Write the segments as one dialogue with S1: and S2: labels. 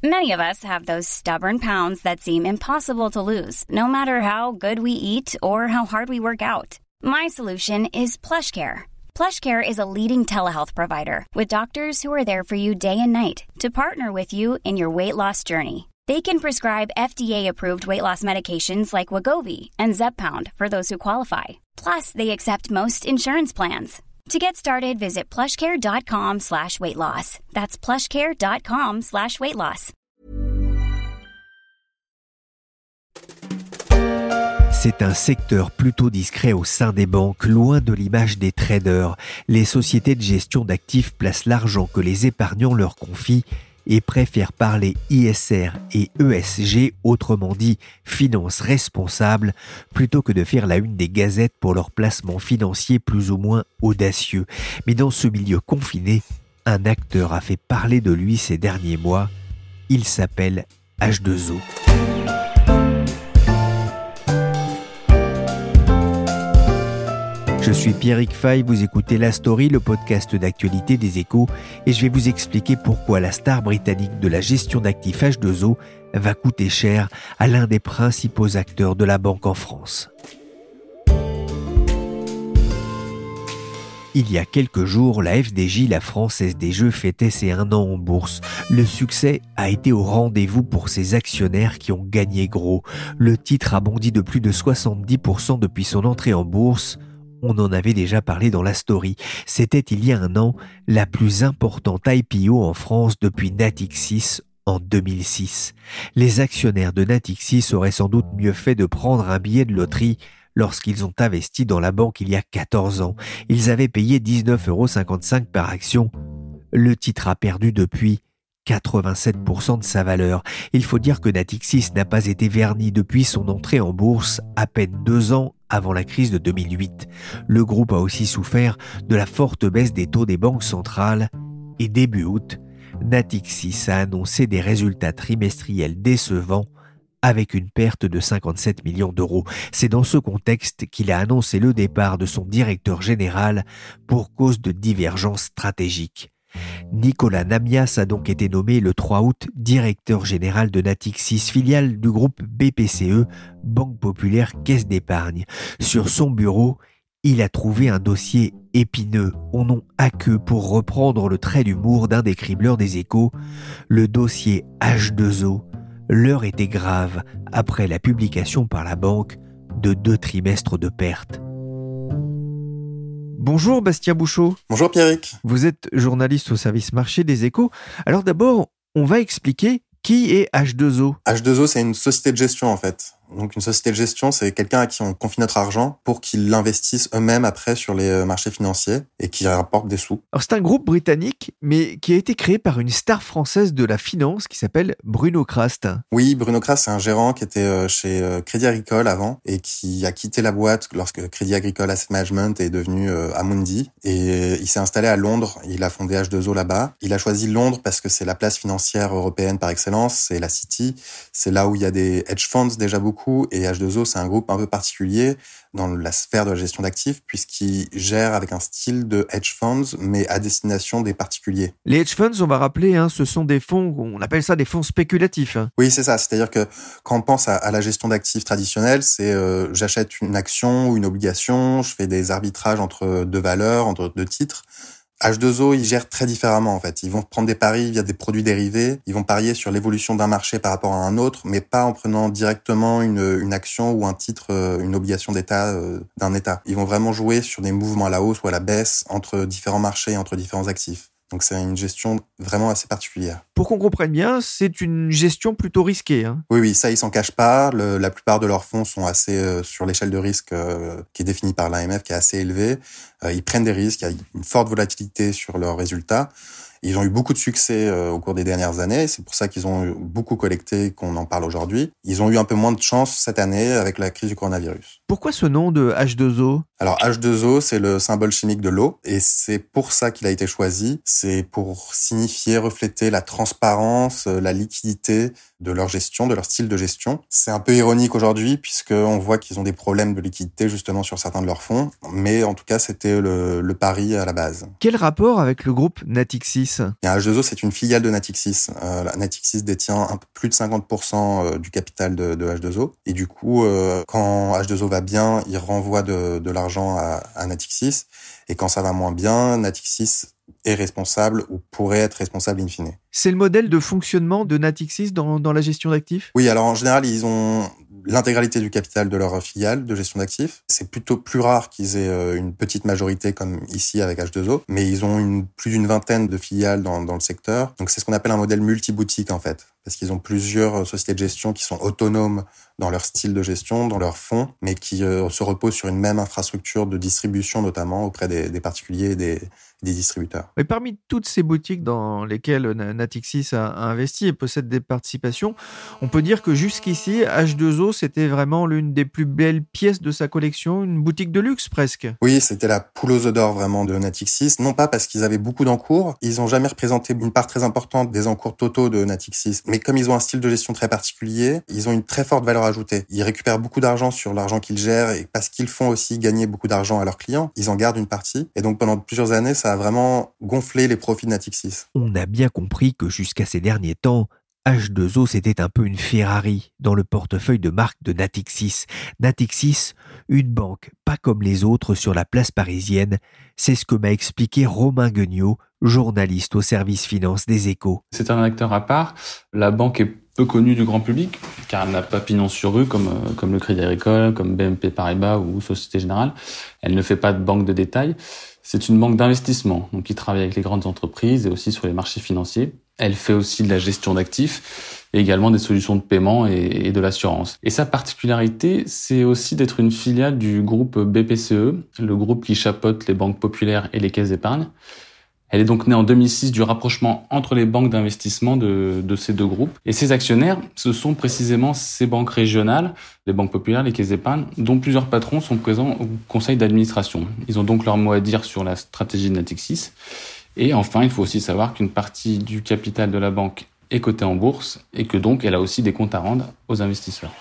S1: Many of us have those stubborn pounds that seem impossible to lose, no matter how good we eat or how hard we work out. My solution is PlushCare. PlushCare is a leading telehealth provider with doctors who are there for you day and night to partner with you in your weight loss journey. They can prescribe FDA-approved weight loss medications like Wegovy and Zepbound for those who qualify. Plus, they accept most insurance plans. To get started, visit plushcare.com/weightloss. That's plushcare.com/weightloss.
S2: C'est un secteur plutôt discret au sein des banques, loin de l'image des traders. Les sociétés de gestion d'actifs placent l'argent que les épargnants leur confient et préfèrent parler ISR et ESG, autrement dit finances responsables, plutôt que de faire la une des gazettes pour leurs placements financiers plus ou moins audacieux. Mais dans ce milieu confiné, un acteur a fait parler de lui ces derniers mois. Il s'appelle H2O. Je suis Pierrick Fay, vous écoutez La Story, le podcast d'actualité des Échos, et je vais vous expliquer pourquoi la star britannique de la gestion d'actifs H2O va coûter cher à l'un des principaux acteurs de la banque en France. Il y a quelques jours, la FDJ, la Française des Jeux, fêtait ses 1 an en bourse. Le succès a été au rendez-vous pour ses actionnaires qui ont gagné gros. Le titre a bondi de plus de 70% depuis son entrée en bourse. On en avait déjà parlé dans la story. C'était il y a 1 an la plus importante IPO en France depuis Natixis en 2006. Les actionnaires de Natixis auraient sans doute mieux fait de prendre un billet de loterie lorsqu'ils ont investi dans la banque il y a 14 ans. Ils avaient payé 19,55 € par action. Le titre a perdu depuis 87% de sa valeur. Il faut dire que Natixis n'a pas été verni depuis son entrée en bourse, à peine 2 ans avant la crise de 2008. Le groupe a aussi souffert de la forte baisse des taux des banques centrales et début août, Natixis a annoncé des résultats trimestriels décevants avec une perte de 57 millions d'euros. C'est dans ce contexte qu'il a annoncé le départ de son directeur général pour cause de divergences stratégiques. Nicolas Namias a donc été nommé le 3 août directeur général de Natixis, filiale du groupe BPCE, Banque Populaire Caisse d'Épargne. Sur son bureau, il a trouvé un dossier épineux, au nom aqueux pour reprendre le trait d'humour d'un des cribleurs des Échos, le dossier H2O. L'heure était grave après la publication par la banque de 2 trimestres de pertes. Bonjour Bastien Bouchot.
S3: Bonjour Pierrick.
S2: Vous êtes journaliste au service marché des Échos. Alors d'abord, on va expliquer qui est H2O.
S3: H2O, c'est une société de gestion en fait. Donc une société de gestion, c'est quelqu'un à qui on confie notre argent pour qu'ils l'investissent eux-mêmes après sur les marchés financiers et qui rapportent des sous.
S2: Alors c'est un groupe britannique, mais qui a été créé par une star française de la finance qui s'appelle Bruno Krast.
S3: Oui, Bruno Krast, c'est un gérant qui était chez Crédit Agricole avant et qui a quitté la boîte lorsque Crédit Agricole Asset Management est devenu Amundi. Et il s'est installé à Londres, il a fondé H2O là-bas. Il a choisi Londres parce que c'est la place financière européenne par excellence, c'est la City, c'est là où il y a des hedge funds déjà beaucoup. Et H2O, c'est un groupe un peu particulier dans la sphère de la gestion d'actifs puisqu'il gère avec un style de hedge funds, mais à destination des particuliers.
S2: Les hedge funds, on va rappeler, ce sont des fonds, on appelle ça des fonds spéculatifs.
S3: Oui, c'est ça. C'est-à-dire que quand on pense à la gestion d'actifs traditionnelle, c'est j'achète une action ou une obligation, je fais des arbitrages entre 2 valeurs, entre 2 titres. H2O, ils gèrent très différemment en fait. Ils vont prendre des paris via des produits dérivés. Ils vont parier sur l'évolution d'un marché par rapport à un autre, mais pas en prenant directement une action ou un titre, une obligation d'État d'un État. Ils vont vraiment jouer sur des mouvements à la hausse ou à la baisse entre différents marchés et entre différents actifs. Donc c'est une gestion vraiment assez particulière.
S2: Pour qu'on comprenne bien, c'est une gestion plutôt risquée.
S3: Oui, ça ils s'en cachent pas. La plupart de leurs fonds sont assez sur l'échelle de risque qui est définie par l'AMF, qui est assez élevée. Ils prennent des risques, il y a une forte volatilité sur leurs résultats. Ils ont eu beaucoup de succès au cours des dernières années. C'est pour ça qu'ils ont beaucoup collecté et qu'on en parle aujourd'hui. Ils ont eu un peu moins de chance cette année avec la crise du coronavirus.
S2: Pourquoi ce nom de H2O ?
S3: Alors H2O, c'est le symbole chimique de l'eau et c'est pour ça qu'il a été choisi. C'est pour signifier, refléter la transparence, la liquidité de leur gestion, de leur style de gestion. C'est un peu ironique aujourd'hui puisqu'on voit qu'ils ont des problèmes de liquidité justement sur certains de leurs fonds. Mais en tout cas, c'était le pari à la base.
S2: Quel rapport avec le groupe Natixis ?
S3: Et H2O, c'est une filiale de Natixis. Natixis détient un peu plus de 50% du capital de H2O. Et du coup, quand H2O va bien, il renvoie de l'argent à Natixis. Et quand ça va moins bien, Natixis est responsable ou pourrait être responsable in fine.
S2: C'est le modèle de fonctionnement de Natixis dans la gestion d'actifs ?
S3: Oui, alors en général, ils ont l'intégralité du capital de leur filiale de gestion d'actifs. C'est plutôt plus rare qu'ils aient une petite majorité comme ici avec H2O, mais ils ont plus d'une vingtaine de filiales dans le secteur. Donc c'est ce qu'on appelle un modèle multi-boutique en fait, parce qu'ils ont plusieurs sociétés de gestion qui sont autonomes dans leur style de gestion, dans leurs fonds, mais qui se reposent sur une même infrastructure de distribution notamment auprès des particuliers et des distributeurs.
S2: Et parmi toutes ces boutiques dans lesquelles Natixis a investi et possède des participations, on peut dire que jusqu'ici, H2O, c'était vraiment l'une des plus belles pièces de sa collection, une boutique de luxe presque.
S3: Oui, c'était la poule aux œufs d'or vraiment de Natixis, non pas parce qu'ils avaient beaucoup d'encours, ils n'ont jamais représenté une part très importante des encours totaux de Natixis, mais comme ils ont un style de gestion très particulier, ils ont une très forte valeur ajoutée. Ils récupèrent beaucoup d'argent sur l'argent qu'ils gèrent et parce qu'ils font aussi gagner beaucoup d'argent à leurs clients, ils en gardent une partie. Et donc pendant plusieurs années, ça a vraiment gonflé les profits de Natixis.
S2: On a bien compris que jusqu'à ces derniers temps, H2O, c'était un peu une Ferrari dans le portefeuille de marque de Natixis. Natixis, une banque pas comme les autres sur la place parisienne, c'est ce que m'a expliqué Romain Guignot, journaliste au service finance des Échos.
S4: C'est un acteur à part. La banque est peu connue du grand public, car elle n'a pas pignon sur rue comme le Crédit Agricole, comme BNP Paribas ou Société Générale. Elle ne fait pas de banque de détail. C'est une banque d'investissement, donc qui travaille avec les grandes entreprises et aussi sur les marchés financiers. Elle fait aussi de la gestion d'actifs et également des solutions de paiement et de l'assurance. Et sa particularité, c'est aussi d'être une filiale du groupe BPCE, le groupe qui chapeaute les banques populaires et les caisses d'épargne. Elle est donc née en 2006 du rapprochement entre les banques d'investissement de ces deux groupes. Et ses actionnaires, ce sont précisément ces banques régionales, les banques populaires, les caisses d'épargne, dont plusieurs patrons sont présents au conseil d'administration. Ils ont donc leur mot à dire sur la stratégie de Natixis. Et enfin, il faut aussi savoir qu'une partie du capital de la banque est cotée en bourse et que donc elle a aussi des comptes à rendre aux investisseurs.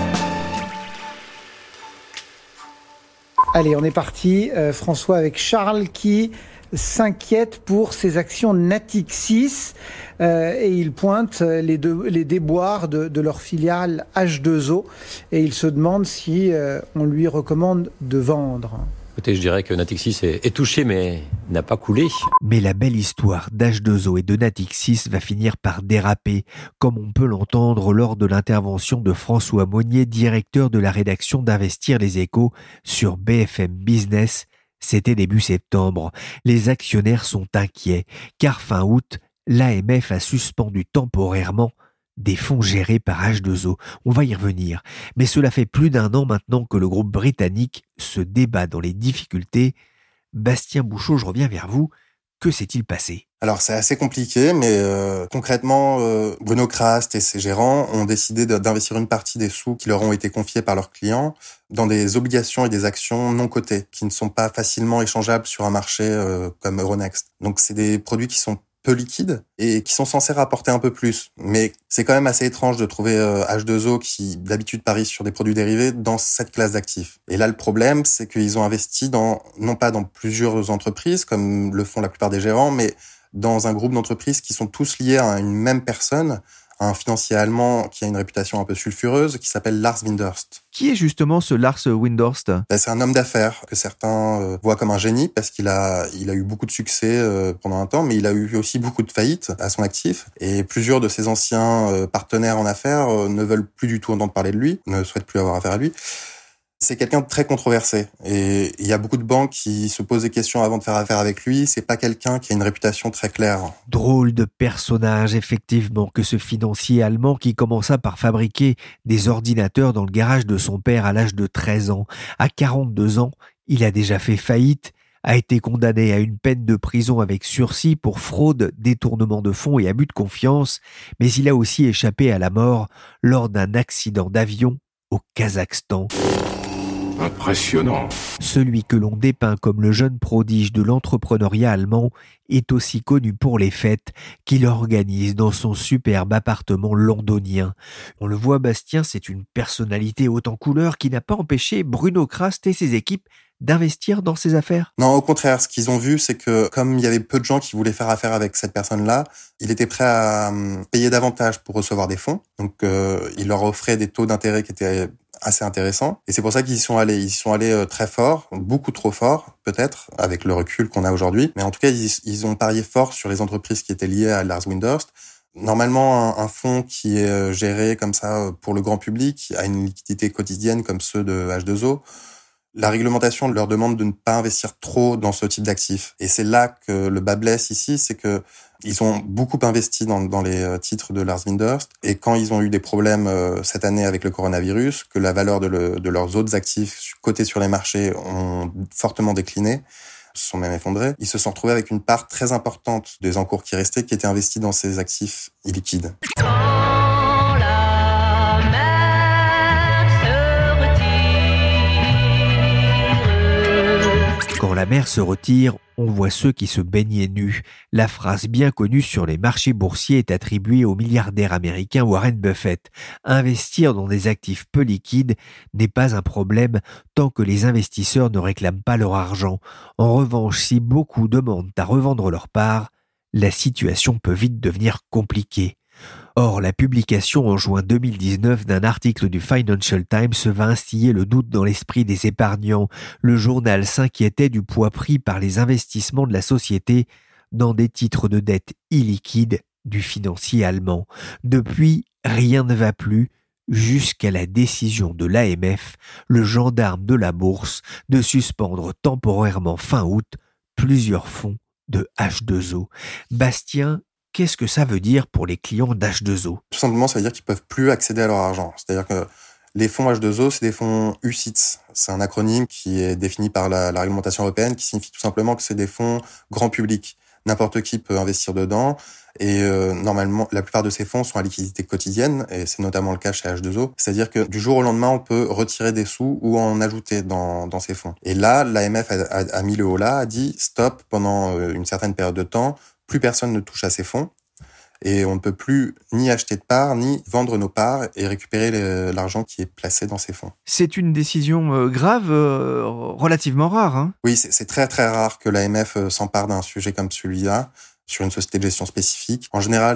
S5: Allez, on est parti, François, avec Charles qui s'inquiète pour ses actions Natixis et il pointe les déboires de leur filiale H2O et il se demande si on lui recommande de vendre.
S6: Écoutez, je dirais que Natixis est touché mais n'a pas coulé.
S2: Mais la belle histoire d'H2O et de Natixis va finir par déraper, comme on peut l'entendre lors de l'intervention de François Monnier, directeur de la rédaction d'Investir les Échos sur BFM Business. C'était début septembre. Les actionnaires sont inquiets, car fin août, l'AMF a suspendu temporairement des fonds gérés par H2O. On va y revenir. Mais cela fait plus d'un an maintenant que le groupe britannique se débat dans les difficultés. Bastien Bouchot, je reviens vers vous. Que s'est-il passé ?
S3: Alors c'est assez compliqué, mais concrètement, Bruno Krast et ses gérants ont décidé d'investir une partie des sous qui leur ont été confiés par leurs clients dans des obligations et des actions non cotées, qui ne sont pas facilement échangeables sur un marché comme Euronext. Donc c'est des produits qui sont peu liquides et qui sont censés rapporter un peu plus. Mais c'est quand même assez étrange de trouver H2O qui d'habitude parie sur des produits dérivés dans cette classe d'actifs. Et là, le problème, c'est qu'ils ont investi non pas dans plusieurs entreprises, comme le font la plupart des gérants, mais dans un groupe d'entreprises qui sont tous liés à une même personne, un financier allemand qui a une réputation un peu sulfureuse, qui s'appelle Lars Windhorst.
S2: Qui est justement ce Lars Windhorst ?
S3: C'est un homme d'affaires que certains voient comme un génie parce qu'il a eu beaucoup de succès pendant un temps, mais il a eu aussi beaucoup de faillites à son actif. Et plusieurs de ses anciens partenaires en affaires ne veulent plus du tout entendre parler de lui, ne souhaitent plus avoir affaire à lui. C'est quelqu'un de très controversé et il y a beaucoup de banques qui se posent des questions avant de faire affaire avec lui. C'est pas quelqu'un qui a une réputation très claire.
S2: Drôle de personnage, effectivement, que ce financier allemand qui commença par fabriquer des ordinateurs dans le garage de son père à l'âge de 13 ans. À 42 ans, il a déjà fait faillite, a été condamné à une peine de prison avec sursis pour fraude, détournement de fonds et abus de confiance, mais il a aussi échappé à la mort lors d'un accident d'avion au Kazakhstan.
S7: Impressionnant.
S2: Celui que l'on dépeint comme le jeune prodige de l'entrepreneuriat allemand est aussi connu pour les fêtes qu'il organise dans son superbe appartement londonien. On le voit, Bastien, c'est une personnalité haute en couleur qui n'a pas empêché Bruno Krast et ses équipes d'investir dans ses affaires.
S3: Non, au contraire, ce qu'ils ont vu, c'est que comme il y avait peu de gens qui voulaient faire affaire avec cette personne-là, il était prêt à payer davantage pour recevoir des fonds. Donc, il leur offrait des taux d'intérêt qui étaient assez intéressants. Et c'est pour ça qu'ils y sont allés. Ils y sont allés très fort, beaucoup trop fort, peut-être, avec le recul qu'on a aujourd'hui. Mais en tout cas, ils ont parié fort sur les entreprises qui étaient liées à Lars Windhorst. Normalement, un fonds qui est géré comme ça pour le grand public a une liquidité quotidienne comme ceux de H2O. La réglementation leur demande de ne pas investir trop dans ce type d'actifs. Et c'est là que le bas blesse ici, c'est que ils ont beaucoup investi dans les titres de Lars Windhorst. Et quand ils ont eu des problèmes cette année avec le coronavirus, que la valeur de leurs autres actifs cotés sur les marchés ont fortement décliné, se sont même effondrés, ils se sont retrouvés avec une part très importante des encours qui restaient, qui étaient investis dans ces actifs illiquides.
S2: Quand la mer se retire, on voit ceux qui se baignaient nus. La phrase bien connue sur les marchés boursiers est attribuée au milliardaire américain Warren Buffett. Investir dans des actifs peu liquides n'est pas un problème tant que les investisseurs ne réclament pas leur argent. En revanche, si beaucoup demandent à revendre leur part, la situation peut vite devenir compliquée. Or, la publication en juin 2019 d'un article du Financial Times va instiller le doute dans l'esprit des épargnants. Le journal s'inquiétait du poids pris par les investissements de la société dans des titres de dette illiquides du financier allemand. Depuis, rien ne va plus, jusqu'à la décision de l'AMF, le gendarme de la bourse, de suspendre temporairement fin août plusieurs fonds de H2O. Bastien, qu'est-ce que ça veut dire pour les clients d'H2O ?
S3: Tout simplement, ça veut dire qu'ils peuvent plus accéder à leur argent. C'est-à-dire que les fonds H2O, c'est des fonds UCITS. C'est un acronyme qui est défini par la réglementation européenne, qui signifie tout simplement que c'est des fonds grand public. N'importe qui peut investir dedans. Et normalement, la plupart de ces fonds sont à liquidité quotidienne, et c'est notamment le cas chez H2O. C'est-à-dire que du jour au lendemain, on peut retirer des sous ou en ajouter dans ces fonds. Et là, l'AMF a mis le haut là, a dit stop pendant une certaine période de temps. Plus personne ne touche à ces fonds et on ne peut plus ni acheter de parts, ni vendre nos parts et récupérer l'argent qui est placé dans ces fonds.
S2: C'est une décision grave, relativement rare. Hein ?
S3: Oui, c'est très très rare que l'AMF s'empare d'un sujet comme celui-là, sur une société de gestion spécifique. En général,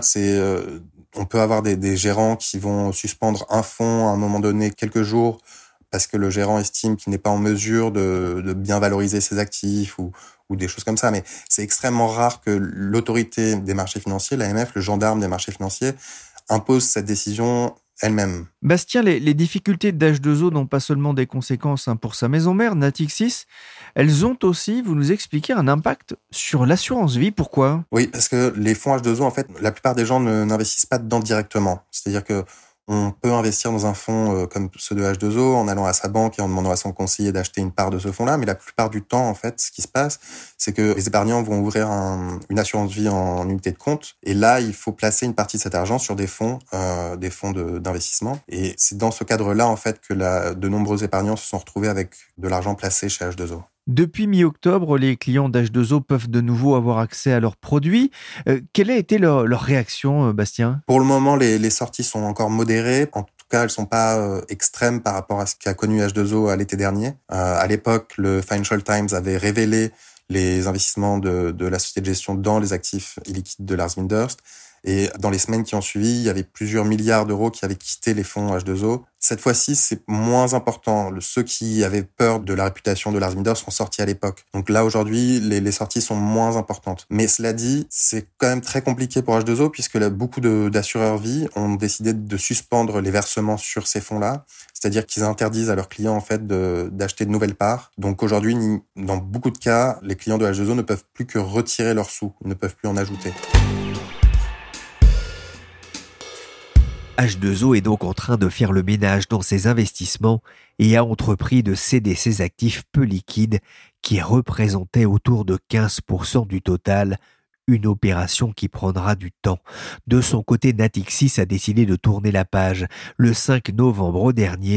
S3: on peut avoir des gérants qui vont suspendre un fonds à un moment donné, quelques jours, parce que le gérant estime qu'il n'est pas en mesure de bien valoriser ses actifs ou des choses comme ça. Mais c'est extrêmement rare que l'autorité des marchés financiers, l'AMF, le gendarme des marchés financiers, impose cette décision elle-même.
S2: Bastien, les difficultés d'H2O n'ont pas seulement des conséquences pour sa maison mère, Natixis, elles ont aussi, vous nous expliquez, un impact sur l'assurance vie. Pourquoi ?
S3: Oui, parce que les fonds H2O, en fait, la plupart des gens n'investissent pas dedans directement. C'est-à-dire que on peut investir dans un fonds comme ceux de H2O en allant à sa banque et en demandant à son conseiller d'acheter une part de ce fonds-là. Mais la plupart du temps, en fait, ce qui se passe, c'est que les épargnants vont ouvrir une assurance vie en unité de compte. Et là, il faut placer une partie de cet argent sur des fonds d'investissement. Et c'est dans ce cadre-là, en fait, que de nombreux épargnants se sont retrouvés avec de l'argent placé chez H2O.
S2: Depuis mi-octobre, les clients d'H2O peuvent de nouveau avoir accès à leurs produits. Quelle a été leur réaction, Bastien ?
S3: Pour le moment, les sorties sont encore modérées. En tout cas, elles sont pas extrêmes par rapport à ce qu'a connu H2O à l'été dernier. À l'époque, le Financial Times avait révélé les investissements de la société de gestion dans les actifs illiquides de Lars Windhorst. Et dans les semaines qui ont suivi, il y avait plusieurs milliards d'euros qui avaient quitté les fonds H2O. Cette fois-ci, c'est moins important. Ceux qui avaient peur de la réputation de Lars Windhorst sont sortis à l'époque. Donc là, aujourd'hui, les sorties sont moins importantes. Mais cela dit, c'est quand même très compliqué pour H2O puisque beaucoup d'assureurs vie ont décidé de suspendre les versements sur ces fonds-là. C'est-à-dire qu'ils interdisent à leurs clients, en fait, d'acheter de nouvelles parts. Donc aujourd'hui, dans beaucoup de cas, les clients de H2O ne peuvent plus que retirer leurs sous. Ils ne peuvent plus en ajouter.
S2: H2O est donc en train de faire le ménage dans ses investissements et a entrepris de céder ses actifs peu liquides qui représentaient autour de 15% du total, une opération qui prendra du temps. De son côté, Natixis a décidé de tourner la page. Le 5 novembre dernier,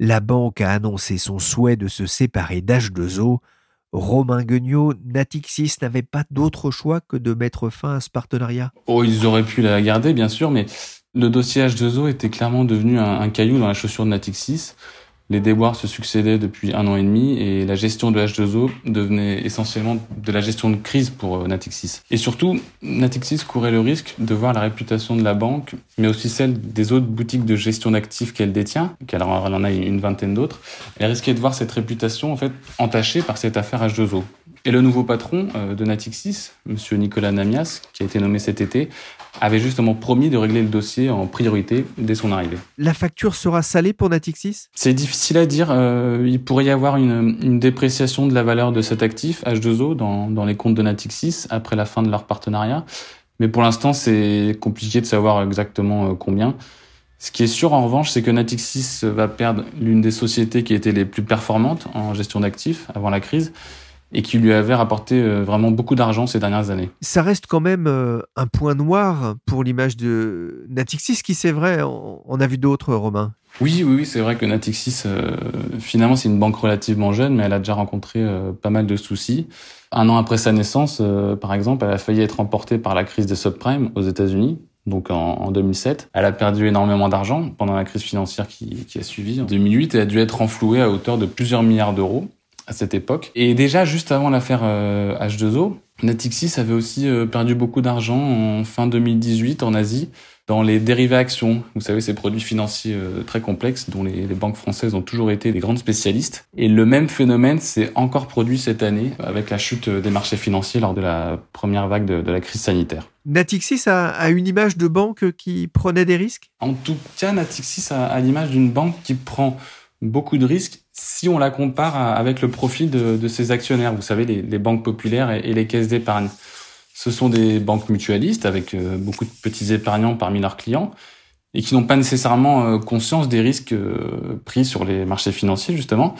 S2: La banque a annoncé son souhait de se séparer d'H2O. Romain Guignot, Natixis n'avait pas d'autre choix que de mettre fin à ce partenariat.
S4: Oh, ils auraient pu la garder, bien sûr, mais le dossier H2O était clairement devenu un caillou dans la chaussure de Natixis. Les déboires se succédaient depuis 1 an et demi et la gestion de H2O devenait essentiellement de la gestion de crise pour Natixis. Et surtout, Natixis courait le risque de voir la réputation de la banque, mais aussi celle des autres boutiques de gestion d'actifs qu'elle détient, qu'elle en a une vingtaine d'autres. Elle risquait de voir cette réputation en fait entachée par cette affaire H2O. Et le nouveau patron de Natixis, monsieur Nicolas Namias, qui a été nommé cet été, avait justement promis de régler le dossier en priorité dès son arrivée.
S2: La facture sera salée pour Natixis ?
S4: C'est difficile à dire. Il pourrait y avoir une dépréciation de la valeur de cet actif, H2O, dans les comptes de Natixis après la fin de leur partenariat. Mais pour l'instant, c'est compliqué de savoir exactement combien. Ce qui est sûr, en revanche, c'est que Natixis va perdre l'une des sociétés qui étaient les plus performantes en gestion d'actifs avant la crise, et qui lui avait rapporté vraiment beaucoup d'argent ces dernières années.
S2: Ça reste quand même un point noir pour l'image de Natixis, qui c'est vrai, on a vu d'autres, Romain.
S4: Oui, c'est vrai que Natixis, finalement, c'est une banque relativement jeune, mais elle a déjà rencontré pas mal de soucis. 1 an après sa naissance, par exemple, elle a failli être emportée par la crise des subprimes aux États-Unis, donc en 2007. Elle a perdu énormément d'argent pendant la crise financière qui a suivi. En 2008, elle a dû être renflouée à hauteur de plusieurs milliards d'euros à cette époque. Et déjà, juste avant l'affaire H2O, Natixis avait aussi perdu beaucoup d'argent en fin 2018 en Asie dans les dérivés actions. Vous savez, ces produits financiers très complexes dont les banques françaises ont toujours été des grandes spécialistes. Et le même phénomène s'est encore produit cette année avec la chute des marchés financiers lors de la première vague de la crise sanitaire.
S2: Natixis a une image de banque qui prenait des risques ?
S4: En tout cas, Natixis a l'image d'une banque qui prend beaucoup de risques si on la compare avec le profil de ses actionnaires. Vous savez, les banques populaires et les caisses d'épargne. Ce sont des banques mutualistes avec beaucoup de petits épargnants parmi leurs clients et qui n'ont pas nécessairement conscience des risques pris sur les marchés financiers, justement.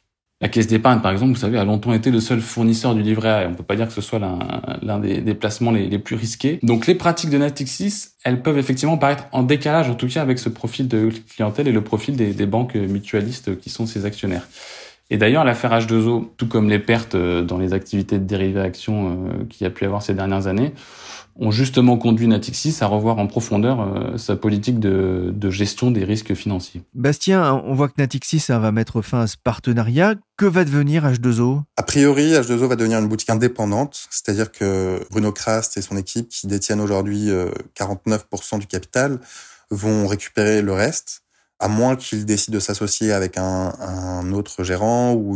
S4: La caisse d'épargne, par exemple, vous savez, a longtemps été le seul fournisseur du livret A et on peut pas dire que ce soit l'un des placements les plus risqués. Donc les pratiques de Natixis, elles peuvent effectivement paraître en décalage, en tout cas avec ce profil de clientèle et le profil des banques mutualistes qui sont ses actionnaires. Et d'ailleurs, l'affaire H2O, tout comme les pertes dans les activités de dérivés actions qu'il y a pu avoir ces dernières années, ont justement conduit Natixis à revoir en profondeur sa politique de gestion des risques financiers.
S2: Bastien, on voit que Natixis va mettre fin à ce partenariat. Que va devenir H2O ?
S3: A priori, H2O va devenir une boutique indépendante, c'est-à-dire que Bruno Krast et son équipe, qui détiennent aujourd'hui 49% du capital, vont récupérer le reste, à moins qu'ils décident de s'associer avec un autre gérant ou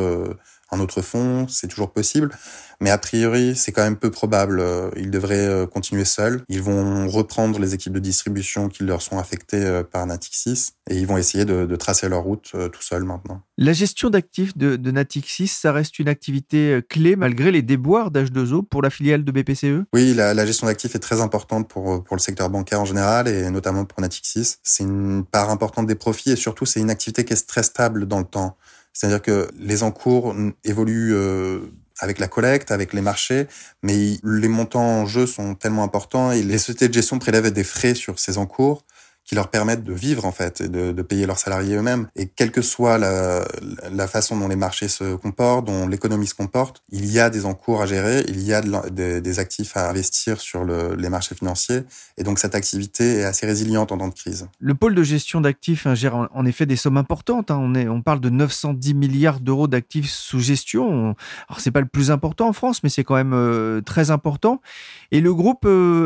S3: un autre fonds, c'est toujours possible. Mais a priori, c'est quand même peu probable. Ils devraient continuer seuls. Ils vont reprendre les équipes de distribution qui leur sont affectées par Natixis et ils vont essayer de tracer leur route tout seuls maintenant.
S2: La gestion d'actifs de Natixis, ça reste une activité clé malgré les déboires d'H2O pour la filiale de BPCE ?
S3: Oui, la gestion d'actifs est très importante pour le secteur bancaire en général et notamment pour Natixis. C'est une part importante des profits et surtout, c'est une activité qui est très stable dans le temps. C'est-à-dire que les encours évoluent avec la collecte, avec les marchés, mais les montants en jeu sont tellement importants et les sociétés de gestion prélèvent des frais sur ces encours qui leur permettent de vivre en fait et de payer leurs salariés eux-mêmes. Et quelle que soit la façon dont les marchés se comportent, dont l'économie se comporte, il y a des encours à gérer, il y a des actifs à investir sur les marchés financiers. Et donc cette activité est assez résiliente en temps de crise.
S2: Le pôle de gestion d'actifs gère en effet des sommes importantes. On parle de 910 milliards d'euros d'actifs sous gestion. Alors c'est pas le plus important en France, mais c'est quand même très important. Et le groupe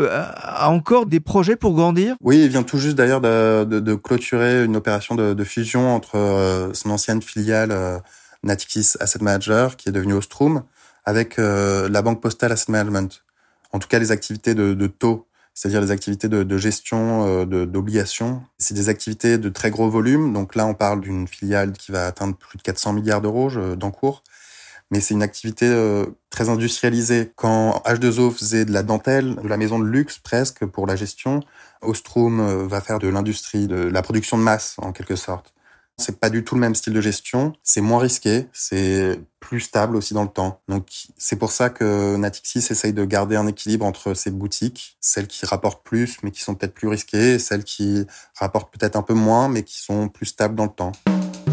S2: a encore des projets pour grandir ?
S3: Oui, il vient tout juste d'ailleurs de clôturer une opération de fusion entre son ancienne filiale Natixis Asset Manager, qui est devenue Ostrum, avec la Banque Postale Asset Management. En tout cas, les activités de taux, c'est-à-dire les activités de gestion d'obligations. C'est des activités de très gros volume. Donc là, on parle d'une filiale qui va atteindre plus de 400 milliards d'euros d'encours. Mais c'est une activité très industrialisée. Quand H2O faisait de la dentelle, de la maison de luxe presque pour la gestion, Ostrum va faire de l'industrie, de la production de masse en quelque sorte. C'est pas du tout le même style de gestion, c'est moins risqué, c'est plus stable aussi dans le temps. Donc c'est pour ça que Natixis essaye de garder un équilibre entre ces boutiques, celles qui rapportent plus mais qui sont peut-être plus risquées, et celles qui rapportent peut-être un peu moins mais qui sont plus stables dans le temps.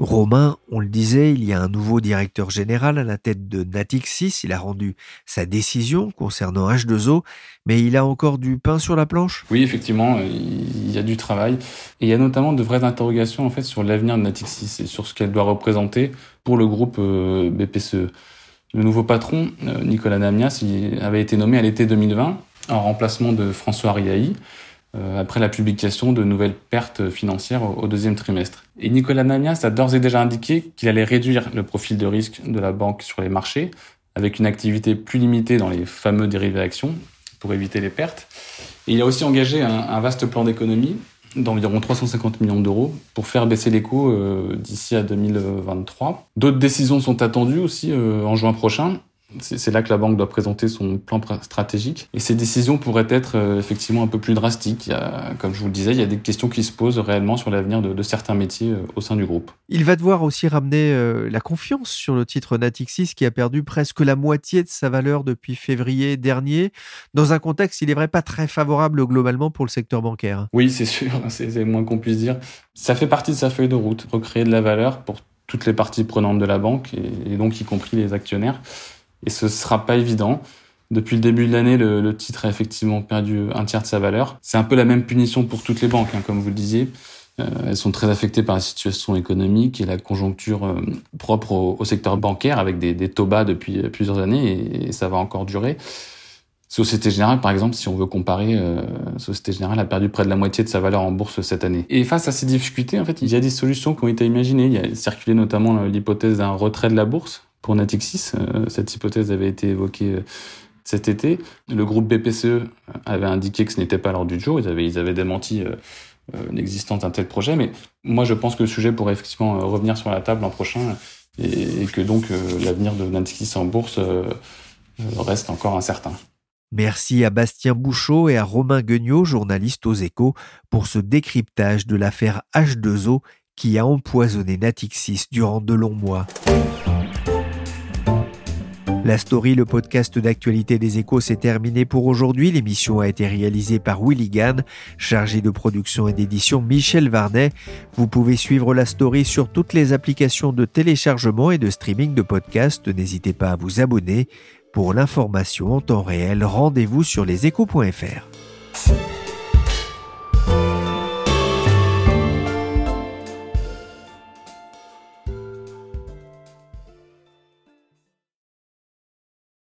S2: Romain, on le disait, il y a un nouveau directeur général à la tête de Natixis. Il a rendu sa décision concernant H2O, mais il a encore du pain sur la planche ?
S4: Oui, effectivement, il y a du travail. Et il y a notamment de vraies interrogations en fait, sur l'avenir de Natixis et sur ce qu'elle doit représenter pour le groupe BPCE. Le nouveau patron, Nicolas Namias, il avait été nommé à l'été 2020 en remplacement de François Riahi, après la publication de nouvelles pertes financières au deuxième trimestre. Et Nicolas Namias a d'ores et déjà indiqué qu'il allait réduire le profil de risque de la banque sur les marchés, avec une activité plus limitée dans les fameux dérivés actions, pour éviter les pertes. Et il a aussi engagé un vaste plan d'économie d'environ 350 millions d'euros pour faire baisser les coûts d'ici à 2023. D'autres décisions sont attendues aussi en juin prochain. C'est là que la banque doit présenter son plan stratégique. Et ces décisions pourraient être effectivement un peu plus drastiques. Comme je vous le disais, il y a des questions qui se posent réellement sur l'avenir de certains métiers au sein du groupe.
S2: Il va devoir aussi ramener la confiance sur le titre Natixis qui a perdu presque la moitié de sa valeur depuis février dernier, dans un contexte, il est vrai, pas très favorable globalement pour le secteur bancaire.
S4: Oui, c'est sûr, c'est le moins qu'on puisse dire. Ça fait partie de sa feuille de route, recréer de la valeur pour toutes les parties prenantes de la banque, et donc y compris les actionnaires. Et ce sera pas évident. Depuis le début de l'année, le titre a effectivement perdu un tiers de sa valeur. C'est un peu la même punition pour toutes les banques, comme vous le disiez. Elles sont très affectées par la situation économique et la conjoncture propre au secteur bancaire, avec des taux bas depuis plusieurs années, et ça va encore durer. Société Générale, par exemple, si on veut comparer, Société Générale a perdu près de la moitié de sa valeur en bourse cette année. Et face à ces difficultés, en fait, il y a des solutions qui ont été imaginées. Il y a circulé notamment l'hypothèse d'un retrait de la bourse pour Natixis. Cette hypothèse avait été évoquée cet été. Le groupe BPCE avait indiqué que ce n'était pas à l'ordre du jour. Ils avaient démenti l'existence d'un tel projet. Mais moi, je pense que le sujet pourrait effectivement revenir sur la table l'an prochain et que donc l'avenir de Natixis en bourse reste encore incertain.
S2: Merci à Bastien Bouchot et à Romain Guignot, journaliste aux Échos, pour ce décryptage de l'affaire H2O qui a empoisonné Natixis durant de longs mois. La Story, le podcast d'actualité des Échos, s'est terminé pour aujourd'hui. L'émission a été réalisée par Willy Gann, chargé de production et d'édition Michel Varnet. Vous pouvez suivre La Story sur toutes les applications de téléchargement et de streaming de podcasts. N'hésitez pas à vous abonner. Pour l'information en temps réel, rendez-vous sur leséchos.fr.